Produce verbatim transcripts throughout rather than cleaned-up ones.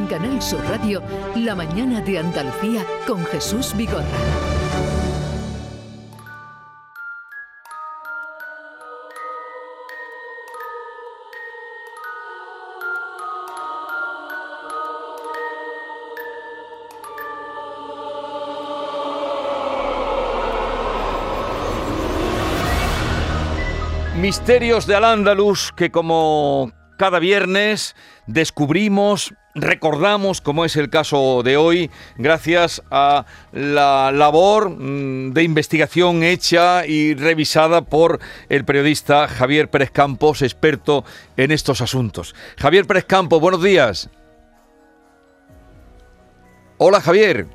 En Canal Sur Radio, La mañana de Andalucía con Jesús Vigorra. Misterios de Al-Ándalus que, como cada viernes, descubrimos, recordamos, como es el caso de hoy, gracias a la labor de investigación hecha y revisada por el periodista Javier Pérez Campos, experto en estos asuntos. Javier Pérez Campos, buenos días. Hola, Javier.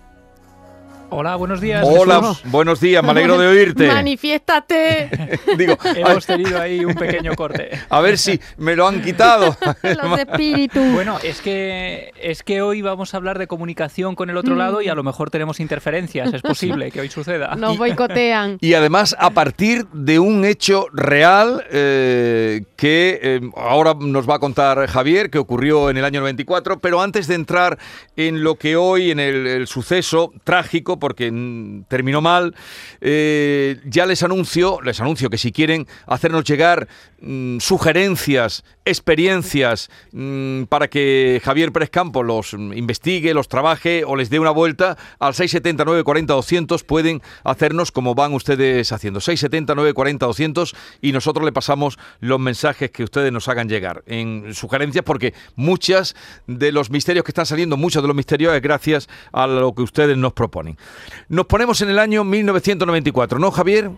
Hola, buenos días. Hola, Jesús. Buenos días, me alegro de oírte. ¡Manifiéstate! Digo, hemos tenido ahí un pequeño corte. A ver si me lo han quitado. Los espíritus. Bueno, es que es que hoy vamos a hablar de comunicación con el otro Mm. lado y a lo mejor tenemos interferencias. Es posible que hoy suceda. Nos boicotean. Y además a partir de un hecho real eh, que eh, ahora nos va a contar Javier, que ocurrió en el año noventa y cuatro, pero antes de entrar en lo que hoy, en el, el suceso trágico, porque mm, terminó mal, eh, ya les anuncio, les anuncio que si quieren hacernos llegar mm, sugerencias, experiencias, mm, para que Javier Pérez Campos los investigue, los trabaje o les dé una vuelta, al seis siete nueve, cuatro cero, doscientos pueden hacernos como van ustedes haciendo, seis siete nueve, cuatro cero, doscientos, y nosotros le pasamos los mensajes que ustedes nos hagan llegar en sugerencias, porque muchas de los misterios que están saliendo, muchos de los misterios es gracias a lo que ustedes nos proponen. Nos ponemos en el año mil novecientos noventa y cuatro, ¿no, Javier?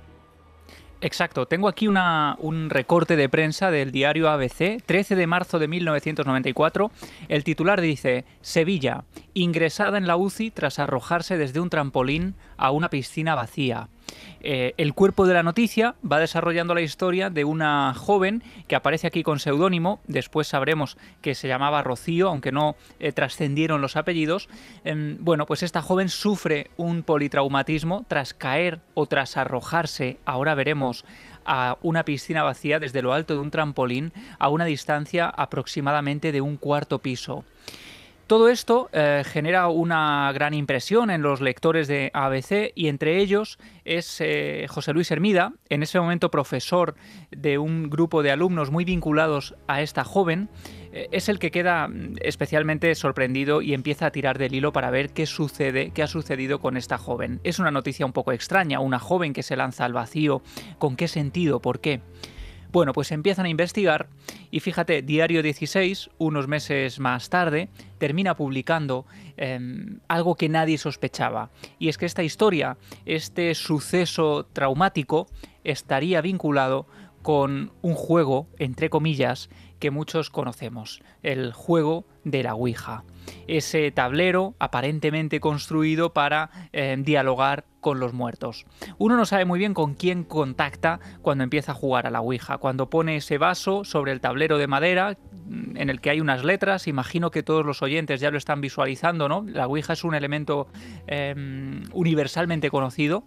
Exacto, tengo aquí una, un recorte de prensa del diario A B C, trece de marzo de mil novecientos noventa y cuatro. El titular dice: Sevilla, ingresada en la U C I tras arrojarse desde un trampolín a una piscina vacía. Eh, el cuerpo de la noticia va desarrollando la historia de una joven que aparece aquí con seudónimo, después sabremos que se llamaba Rocío, aunque no eh, trascendieron los apellidos. Eh, bueno, pues esta joven sufre un politraumatismo tras caer o tras arrojarse, ahora veremos, a una piscina vacía desde lo alto de un trampolín a una distancia aproximadamente de un cuarto piso. Todo esto eh, genera una gran impresión en los lectores de A B C y entre ellos es eh, José Luis Hermida, en ese momento profesor de un grupo de alumnos muy vinculados a esta joven. Eh, es el que queda especialmente sorprendido y empieza a tirar del hilo para ver qué sucede, qué ha sucedido con esta joven. Es una noticia un poco extraña, una joven que se lanza al vacío. ¿Con qué sentido? ¿Por qué? Bueno, pues empiezan a investigar y fíjate, Diario dieciséis, unos meses más tarde, termina publicando eh, algo que nadie sospechaba. Y es que esta historia, este suceso traumático, estaría vinculado con un juego, entre comillas, que muchos conocemos, el juego de la Ouija. Ese tablero aparentemente construido para eh, dialogar con los muertos. Uno no sabe muy bien con quién contacta cuando empieza a jugar a la Ouija. Cuando pone ese vaso sobre el tablero de madera en el que hay unas letras, imagino que todos los oyentes ya lo están visualizando, ¿no? La Ouija es un elemento eh, universalmente conocido.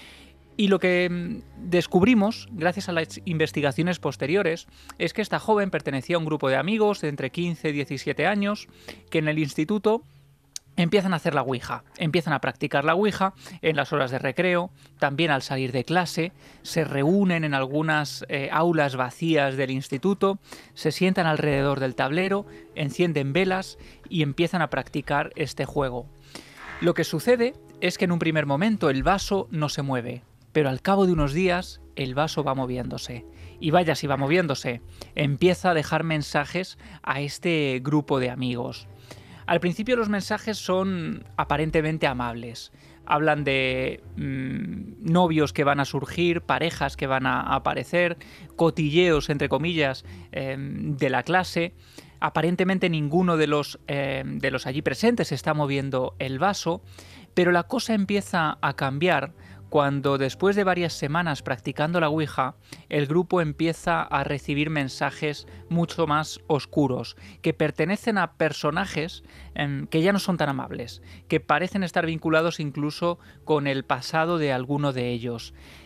Y lo que descubrimos, gracias a las investigaciones posteriores, es que esta joven pertenecía a un grupo de amigos de entre quince y diecisiete años que en el instituto empiezan a hacer la Ouija, empiezan a practicar la Ouija en las horas de recreo, también al salir de clase, se reúnen en algunas eh, aulas vacías del instituto, se sientan alrededor del tablero, encienden velas y empiezan a practicar este juego. Lo que sucede es que en un primer momento el vaso no se mueve, pero al cabo de unos días el vaso va moviéndose. Y vaya si va moviéndose, empieza a dejar mensajes a este grupo de amigos. Al principio los mensajes son aparentemente amables. Hablan de mmm, novios que van a surgir, parejas que van a aparecer, cotilleos, entre comillas, eh, de la clase. Aparentemente ninguno de los, eh, de los allí presentes está moviendo el vaso, pero la cosa empieza a cambiar cuando después de varias semanas practicando la Ouija, el grupo empieza a recibir mensajes mucho más oscuros, que pertenecen a personajes eh, que ya no son tan amables, que parecen estar vinculados incluso con el pasado de alguno de ellos.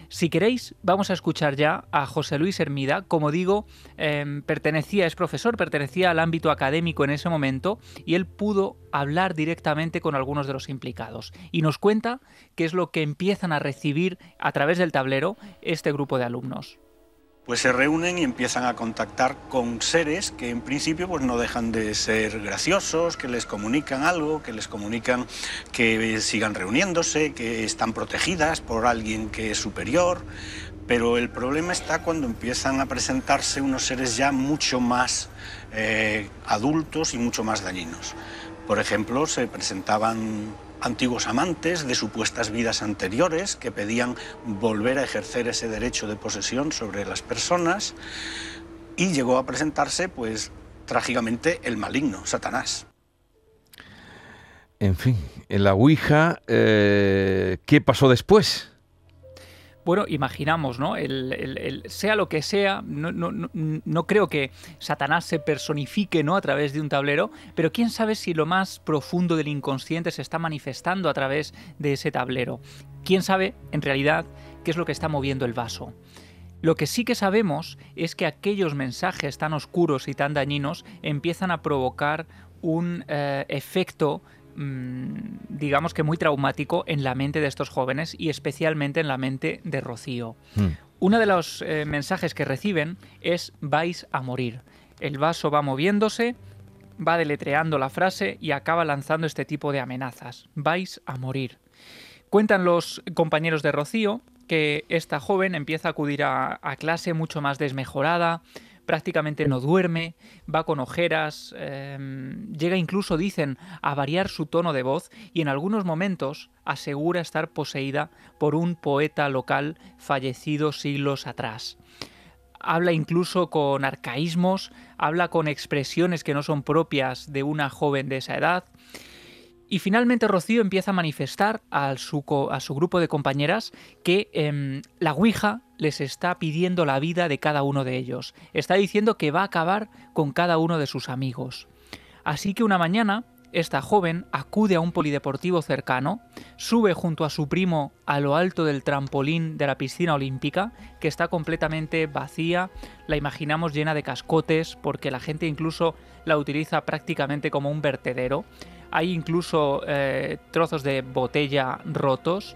Si queréis, vamos a escuchar ya a José Luis Hermida. Como digo, eh, pertenecía, es profesor, pertenecía al ámbito académico en ese momento y él pudo hablar directamente con algunos de los implicados. Y nos cuenta qué es lo que empiezan a recibir a través del tablero este grupo de alumnos. Pues se reúnen y empiezan a contactar con seres que en principio pues no dejan de ser graciosos, que les comunican algo, que les comunican que sigan reuniéndose, que están protegidas por alguien que es superior, pero el problema está cuando empiezan a presentarse unos seres ya mucho más eh, adultos y mucho más dañinos. Por ejemplo, se presentaban antiguos amantes de supuestas vidas anteriores que pedían volver a ejercer ese derecho de posesión sobre las personas, y llegó a presentarse, pues, trágicamente, el maligno, Satanás. En fin, en la Ouija, eh, ¿qué pasó después? Bueno, imaginamos, ¿no? El, el, el, sea lo que sea, no, no, no, no creo que Satanás se personifique, ¿no?, a través de un tablero, pero quién sabe si lo más profundo del inconsciente se está manifestando a través de ese tablero. Quién sabe, en realidad, qué es lo que está moviendo el vaso. Lo que sí que sabemos es que aquellos mensajes tan oscuros y tan dañinos empiezan a provocar un eh, efecto, digamos que muy traumático en la mente de estos jóvenes y especialmente en la mente de Rocío. Mm. Uno de los eh, mensajes que reciben es vais a morir. El vaso va moviéndose, va deletreando la frase y acaba lanzando este tipo de amenazas. Vais a morir. Cuentan los compañeros de Rocío que esta joven empieza a acudir a, a clase mucho más desmejorada, prácticamente no duerme, va con ojeras, eh, llega incluso, dicen, a variar su tono de voz y en algunos momentos asegura estar poseída por un poeta local fallecido siglos atrás. Habla incluso con arcaísmos, habla con expresiones que no son propias de una joven de esa edad. Y finalmente Rocío empieza a manifestar a su, a su grupo de compañeras que eh, la Ouija les está pidiendo la vida de cada uno de ellos. Está diciendo que va a acabar con cada uno de sus amigos. Así que una mañana, esta joven acude a un polideportivo cercano, sube junto a su primo a lo alto del trampolín de la piscina olímpica, que está completamente vacía, la imaginamos llena de cascotes, porque la gente incluso la utiliza prácticamente como un vertedero. Hay incluso eh, trozos de botella rotos.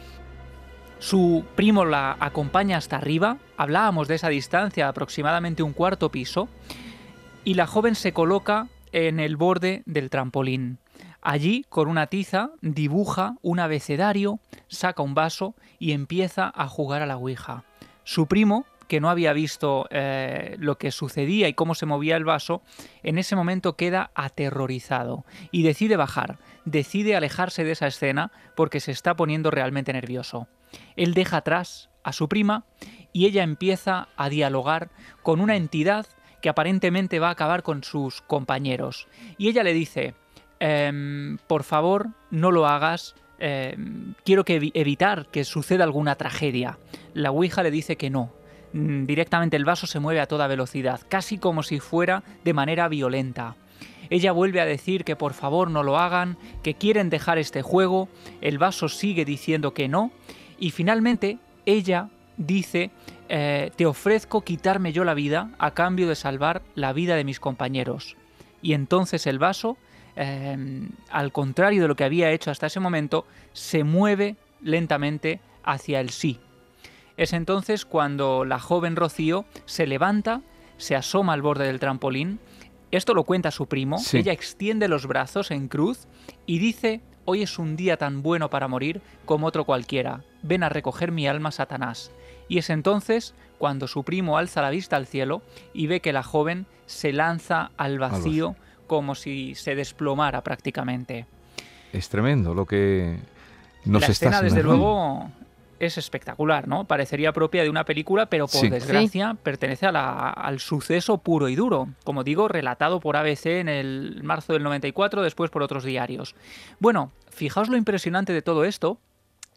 Su primo la acompaña hasta arriba, hablábamos de esa distancia, aproximadamente un cuarto piso, y la joven se coloca en el borde del trampolín. Allí, con una tiza, dibuja un abecedario, saca un vaso y empieza a jugar a la Ouija. Su primo, que no había visto eh, lo que sucedía y cómo se movía el vaso, en ese momento queda aterrorizado y decide bajar, decide alejarse de esa escena porque se está poniendo realmente nervioso. Él deja atrás a su prima y ella empieza a dialogar con una entidad que aparentemente va a acabar con sus compañeros. Y ella le dice, ehm, por favor, no lo hagas, eh, quiero que evi- evitar que suceda alguna tragedia. La Ouija le dice que no. Directamente el vaso se mueve a toda velocidad, casi como si fuera de manera violenta. Ella vuelve a decir que por favor no lo hagan, que quieren dejar este juego, el vaso sigue diciendo que no, y finalmente ella dice, eh, te ofrezco quitarme yo la vida a cambio de salvar la vida de mis compañeros. Y entonces el vaso, eh, al contrario de lo que había hecho hasta ese momento, se mueve lentamente hacia el sí. Es entonces cuando la joven Rocío se levanta, se asoma al borde del trampolín. Esto lo cuenta su primo. Sí. Ella extiende los brazos en cruz y dice, hoy es un día tan bueno para morir como otro cualquiera. Ven a recoger mi alma, Satanás. Y es entonces cuando su primo alza la vista al cielo y ve que la joven se lanza al vacío como si se desplomara prácticamente. Es tremendo lo que nos la está escena, desde luego, es espectacular, ¿no? Parecería propia de una película, pero por sí. desgracia sí. pertenece a la, al suceso puro y duro. Como digo, relatado por A B C en el marzo del noventa y cuatro, después por otros diarios. Bueno, fijaos lo impresionante de todo esto,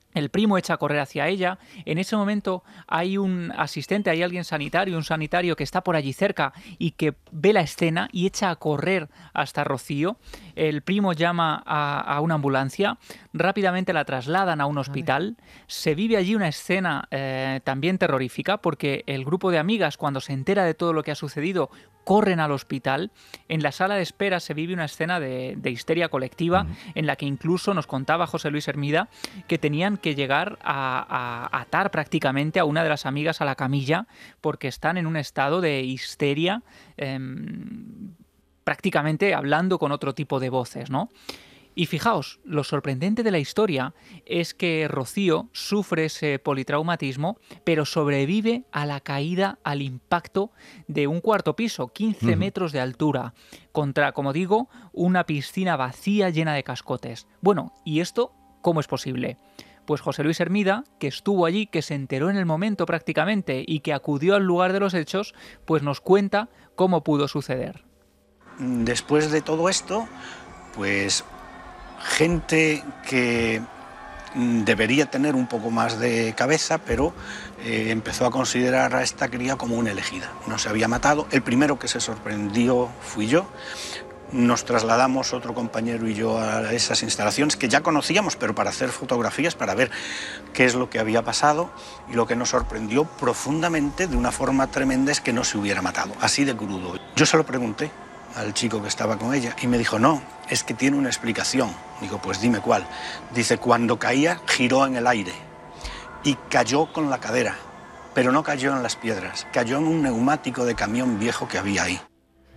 El primo echa a correr hacia ella. En ese momento hay un asistente, hay alguien sanitario, un sanitario que está por allí cerca y que ve la escena y echa a correr hasta Rocío. El primo llama a, a una ambulancia, rápidamente la trasladan a un hospital. Se vive allí una escena eh, también terrorífica porque el grupo de amigas, cuando se entera de todo lo que ha sucedido, corren al hospital. En la sala de espera se vive una escena de, de histeria colectiva uh-huh. en la que incluso nos contaba José Luis Hermida que tenían que llegar a, a atar prácticamente a una de las amigas a la camilla porque están en un estado de histeria, eh, prácticamente hablando con otro tipo de voces, ¿no? Y fijaos, lo sorprendente de la historia es que Rocío sufre ese politraumatismo, pero sobrevive a la caída, al impacto de un cuarto piso, quince uh-huh. metros de altura, contra, como digo, una piscina vacía llena de cascotes. Bueno, ¿y esto cómo es posible? Pues José Luis Hermida, que estuvo allí, que se enteró en el momento prácticamente y que acudió al lugar de los hechos, pues nos cuenta cómo pudo suceder. Después de todo esto, pues gente que debería tener un poco más de cabeza, pero eh, empezó a considerar a esta cría como una elegida. No se había matado. El primero que se sorprendió fui yo. Nos trasladamos otro compañero y yo a esas instalaciones que ya conocíamos, pero para hacer fotografías, para ver qué es lo que había pasado, y lo que nos sorprendió profundamente, de una forma tremenda, es que no se hubiera matado, así de crudo. Yo se lo pregunté al chico que estaba con ella y me dijo, no, es que tiene una explicación. Digo, pues dime cuál. Dice, cuando caía giró en el aire y cayó con la cadera, pero no cayó en las piedras, cayó en un neumático de camión viejo que había ahí.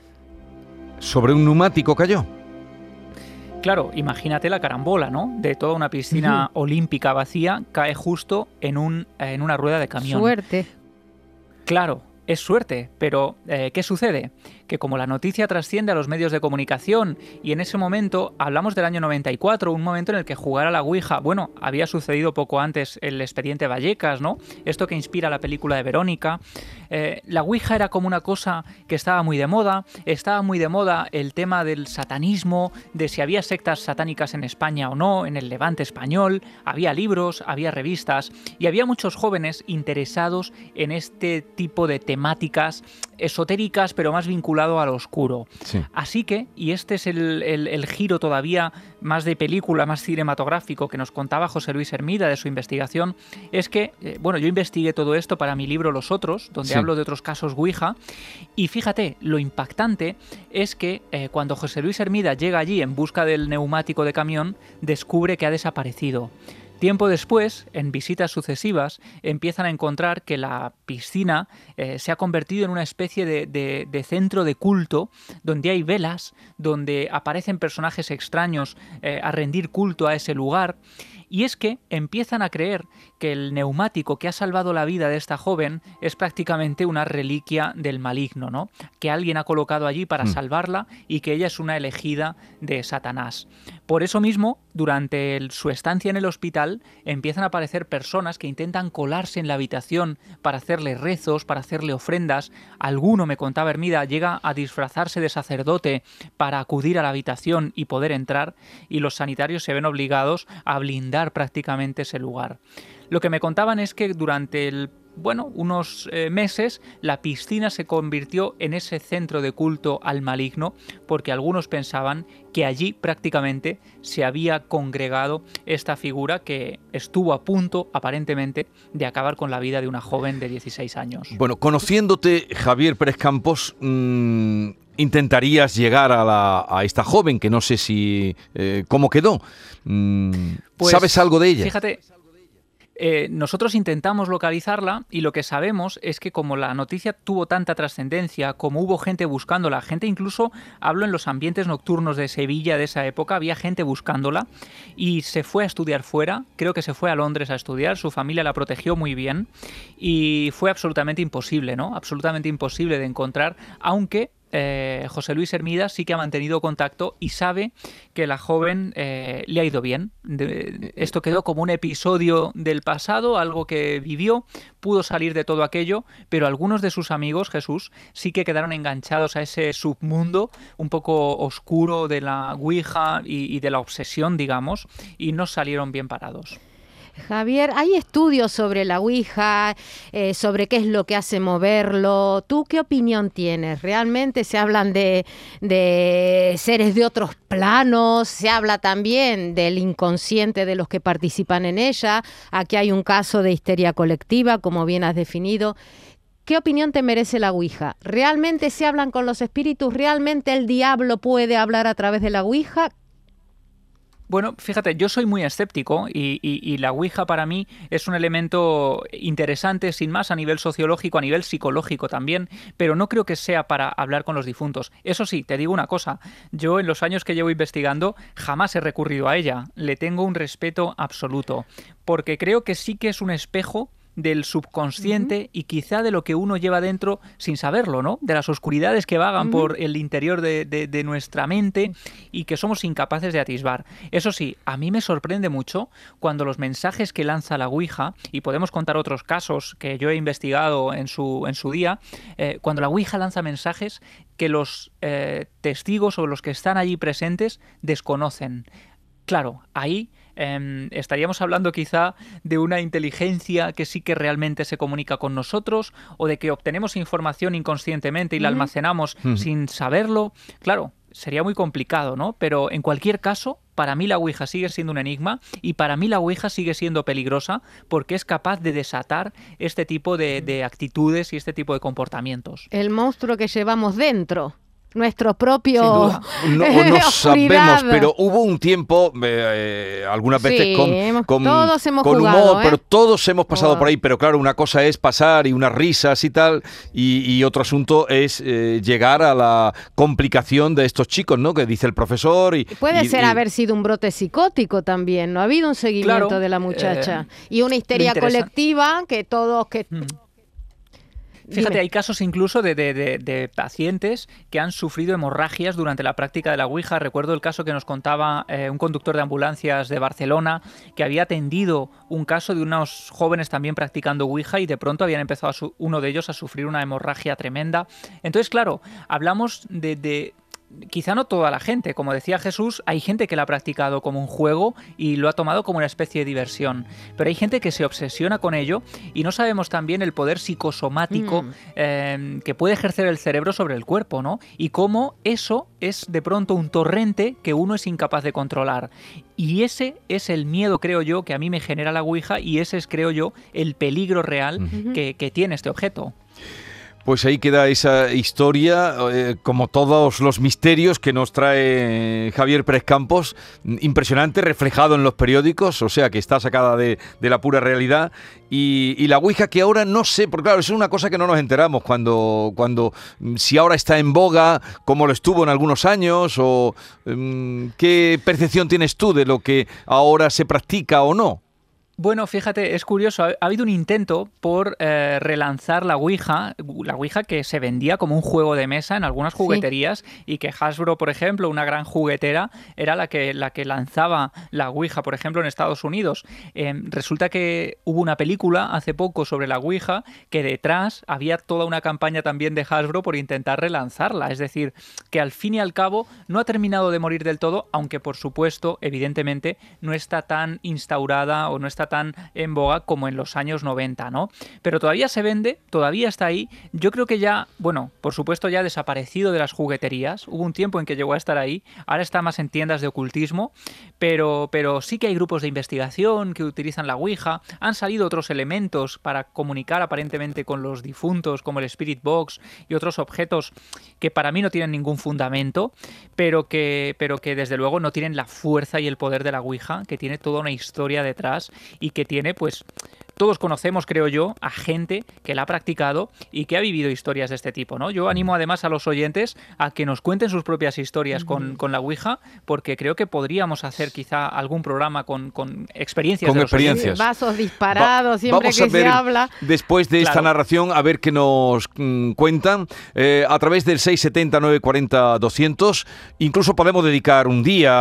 ¿Sobre un neumático cayó? Claro, imagínate la carambola, ¿no? De toda una piscina uh-huh. olímpica vacía, cae justo en, un, en una rueda de camión. Suerte. Claro, es suerte, pero eh, ¿qué sucede? Que como la noticia trasciende a los medios de comunicación y en ese momento, hablamos del año noventa y cuatro, un momento en el que jugar a la Ouija, bueno, había sucedido poco antes el expediente Vallecas, ¿no? Esto que inspira la película de Verónica. Eh, la Ouija era como una cosa que estaba muy de moda, estaba muy de moda el tema del satanismo, de si había sectas satánicas en España o no, en el Levante español, había libros, había revistas y había muchos jóvenes interesados en este tipo de temáticas esotéricas, pero más vinculadas a lo oscuro. Sí. Así que, y este es el, el, el giro todavía más de película, más cinematográfico que nos contaba José Luis Hermida de su investigación, es que, eh, bueno, yo investigué todo esto para mi libro Los Otros, donde sí. hablo de otros casos Ouija, y fíjate, lo impactante es que eh, cuando José Luis Hermida llega allí en busca del neumático de camión, descubre que ha desaparecido. Tiempo después, en visitas sucesivas, empiezan a encontrar que la piscina eh, se ha convertido en una especie de, de, de centro de culto donde hay velas, donde aparecen personajes extraños eh, a rendir culto a ese lugar. Y es que empiezan a creer que el neumático que ha salvado la vida de esta joven es prácticamente una reliquia del maligno, ¿no? Que alguien ha colocado allí para mm. salvarla y que ella es una elegida de Satanás. Por eso mismo, durante el, su estancia en el hospital, empiezan a aparecer personas que intentan colarse en la habitación para hacerle rezos, para hacerle ofrendas. Alguno, me contaba Hermida, llega a disfrazarse de sacerdote para acudir a la habitación y poder entrar, y los sanitarios se ven obligados a blindar prácticamente ese lugar. Lo que me contaban es que durante el, bueno, unos eh, meses la piscina se convirtió en ese centro de culto al maligno, porque algunos pensaban que allí prácticamente se había congregado esta figura que estuvo a punto, aparentemente, de acabar con la vida de una joven de dieciséis años. Bueno, conociéndote, Javier Pérez Campos, mmm... intentarías llegar a, la, a esta joven, que no sé si eh, cómo quedó. Mm, pues, ¿sabes algo de ella? Fíjate, eh, nosotros intentamos localizarla y lo que sabemos es que como la noticia tuvo tanta trascendencia, como hubo gente buscándola, gente incluso, hablo en los ambientes nocturnos de Sevilla de esa época, había gente buscándola y se fue a estudiar fuera, creo que se fue a Londres a estudiar, su familia la protegió muy bien y fue absolutamente imposible, ¿no? Absolutamente imposible de encontrar, aunque Eh, José Luis Hermida sí que ha mantenido contacto y sabe que la joven eh, le ha ido bien. De, esto quedó como un episodio del pasado, algo que vivió, pudo salir de todo aquello, pero algunos de sus amigos, Jesús, sí que quedaron enganchados a ese submundo un poco oscuro de la Ouija y, y de la obsesión, digamos, y no salieron bien parados. Javier, hay estudios sobre la Ouija, eh, sobre qué es lo que hace moverlo. ¿Tú qué opinión tienes? ¿Realmente se hablan de, de seres de otros planos? ¿Se habla también del inconsciente de los que participan en ella? Aquí hay un caso de histeria colectiva, como bien has definido. ¿Qué opinión te merece la Ouija? ¿Realmente se hablan con los espíritus? ¿Realmente el diablo puede hablar a través de la Ouija? Bueno, fíjate, yo soy muy escéptico y, y, y la Ouija para mí es un elemento interesante, sin más, a nivel sociológico, a nivel psicológico también, pero no creo que sea para hablar con los difuntos. Eso sí, te digo una cosa, yo en los años que llevo investigando jamás he recurrido a ella, le tengo un respeto absoluto, porque creo que sí que es un espejo del subconsciente uh-huh. y quizá de lo que uno lleva dentro sin saberlo, ¿no? De las oscuridades que vagan uh-huh. por el interior de, de, de nuestra mente y que somos incapaces de atisbar. Eso sí, a mí me sorprende mucho cuando los mensajes que lanza la Ouija, y podemos contar otros casos que yo he investigado en su, en su día, eh, cuando la Ouija lanza mensajes que los eh, testigos o los que están allí presentes desconocen. Claro, ahí eh, estaríamos hablando quizá de una inteligencia que sí que realmente se comunica con nosotros o de que obtenemos información inconscientemente y la almacenamos uh-huh. sin saberlo. Claro, sería muy complicado, ¿no? Pero en cualquier caso, para mí la Ouija sigue siendo un enigma y para mí la Ouija sigue siendo peligrosa porque es capaz de desatar este tipo de, de actitudes y este tipo de comportamientos. El monstruo que llevamos dentro. Nuestro propio no, no sabemos, pero hubo un tiempo eh, algunas veces sí, con, hemos, con, todos hemos con jugado, humor, ¿eh? pero todos hemos pasado oh. por ahí, pero claro, una cosa es pasar y unas risas y tal, y, y otro asunto es eh, llegar a la complicación de estos chicos, ¿no? Que dice el profesor y... Puede y, ser y... haber sido un brote psicótico también, no ha habido un seguimiento claro, de la muchacha eh, y una histeria colectiva que todos... que mm. Fíjate, Dime. Hay casos incluso de, de, de, de pacientes que han sufrido hemorragias durante la práctica de la Ouija. Recuerdo el caso que nos contaba eh, un conductor de ambulancias de Barcelona que había atendido un caso de unos jóvenes también practicando Ouija y de pronto habían empezado a su- uno de ellos a sufrir una hemorragia tremenda. Entonces, claro, hablamos de... de quizá no toda la gente, como decía Jesús, hay gente que la ha practicado como un juego y lo ha tomado como una especie de diversión, pero hay gente que se obsesiona con ello y no sabemos también el poder psicosomático mm. eh, que puede ejercer el cerebro sobre el cuerpo, ¿no? Y cómo eso es de pronto un torrente que uno es incapaz de controlar. Y ese es el miedo, creo yo, que a mí me genera la Ouija y ese es, creo yo, el peligro real mm. que, que tiene este objeto. Pues ahí queda esa historia, eh, como todos los misterios que nos trae Javier Pérez Campos, impresionante, reflejado en los periódicos, o sea que está sacada de, de la pura realidad. Y, y la Ouija que ahora no sé, porque claro, eso es una cosa que no nos enteramos cuando, cuando si ahora está en boga, como lo estuvo en algunos años, o um, ¿qué percepción tienes tú de lo que ahora se practica o no? Bueno, fíjate, es curioso, ha, ha habido un intento por eh, relanzar la Ouija, la Ouija que se vendía como un juego de mesa en algunas jugueterías sí. y que Hasbro, por ejemplo, una gran juguetera, era la que, la que lanzaba la Ouija, por ejemplo, en Estados Unidos. Eh, resulta que hubo una película hace poco sobre la Ouija que detrás había toda una campaña también de Hasbro por intentar relanzarla, es decir, que al fin y al cabo no ha terminado de morir del todo, aunque por supuesto, evidentemente, no está tan instaurada o no está tan en boga como en los años noventa, ¿no? Pero todavía se vende, todavía está ahí. Yo creo que ya, bueno, por supuesto ya ha desaparecido de las jugueterías. Hubo un tiempo en que llegó a estar ahí. Ahora está más en tiendas de ocultismo, pero, pero sí que hay grupos de investigación que utilizan la Ouija. Han salido otros elementos para comunicar aparentemente con los difuntos, como el Spirit Box y otros objetos que para mí no tienen ningún fundamento, pero que, pero que desde luego no tienen la fuerza y el poder de la Ouija, que tiene toda una historia detrás y que tiene, pues, todos conocemos, creo yo, a gente que la ha practicado y que ha vivido historias de este tipo, ¿no? Yo animo además a los oyentes a que nos cuenten sus propias historias con, con la Ouija, porque creo que podríamos hacer quizá algún programa con, con experiencias con de los experiencias. Vasos disparados, Va, siempre que se habla. Después de esta claro. narración, a ver qué nos mm, cuentan eh, a través del seis setenta, nueve cuarenta, doscientos. Incluso podemos dedicar un día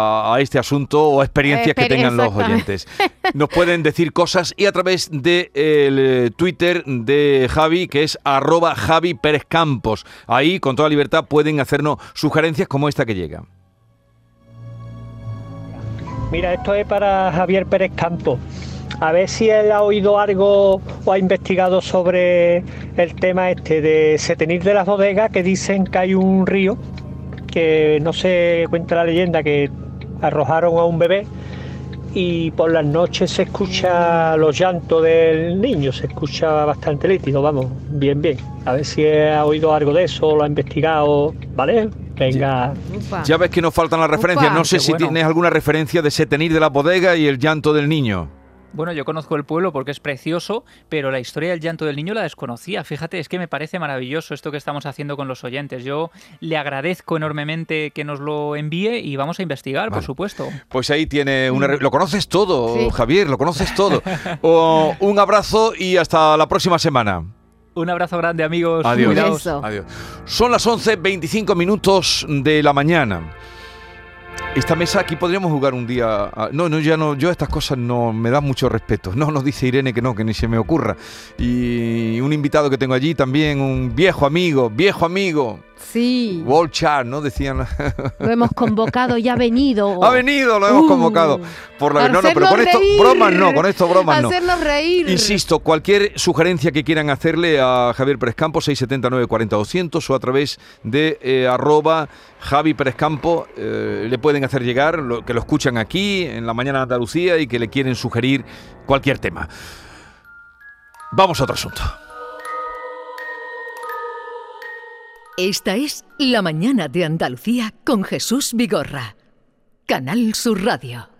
a este asunto o a experiencias Exper- que tengan los oyentes. Nos pueden decir cosas y a través del de Twitter de Javi, que es arroba Javi Pérez Campos. Ahí, con toda libertad, pueden hacernos sugerencias como esta que llega. Mira, esto es para Javier Pérez Campos. a ver si él ha oído algo o ha investigado sobre el tema este de Setenil de las Bodegas, que dicen que hay un río que no se cuenta la leyenda que arrojaron a un bebé y por las noches se escucha los llantos del niño, se escucha bastante lítido, vamos, bien, bien. A ver si ha oído algo de eso, lo ha investigado, ¿vale? Venga. Upa. Ya ves que nos faltan las referencias. Upa. No sé Qué si bueno. tienes alguna referencia de Setenir de la Bodega y el llanto del niño. Bueno, yo conozco el pueblo porque es precioso, pero la historia del llanto del niño la desconocía. Fíjate, es que me parece maravilloso esto que estamos haciendo con los oyentes. Yo le agradezco enormemente que nos lo envíe y vamos a investigar, Vale. por supuesto. Pues ahí tiene una... re- Lo conoces todo, Sí. Javier, lo conoces todo. O, un abrazo y hasta la próxima semana. Un abrazo grande, amigos. Adiós. Un Cuidaos. beso. Adiós. Son las once veinticinco minutos de la mañana. Esta mesa aquí podríamos jugar un día... a- No, no, ya no, yo a estas cosas no me dan mucho respeto. No, nos dice Irene que no, que ni se me ocurra. Y un invitado que tengo allí también, un viejo amigo, viejo amigo, Sí, Walt Char, ¿no? Decían... lo hemos convocado y ha venido. Ha venido, lo hemos Uh, convocado. Por la... No, no, pero hacernos con esto, reír. bromas no, con esto bromas no. Hacernos reír. Insisto, cualquier sugerencia que quieran hacerle a Javier Pérez Campo, seis siete nueve, cuarenta, doscientos, o a través de eh, arroba Javi Pérez Campo, eh, le pueden hacer llegar, lo, que lo escuchan aquí en La Mañana de Andalucía y que le quieren sugerir cualquier tema. Vamos a otro asunto. Esta es La Mañana de Andalucía con Jesús Vigorra. Canal Sur Radio.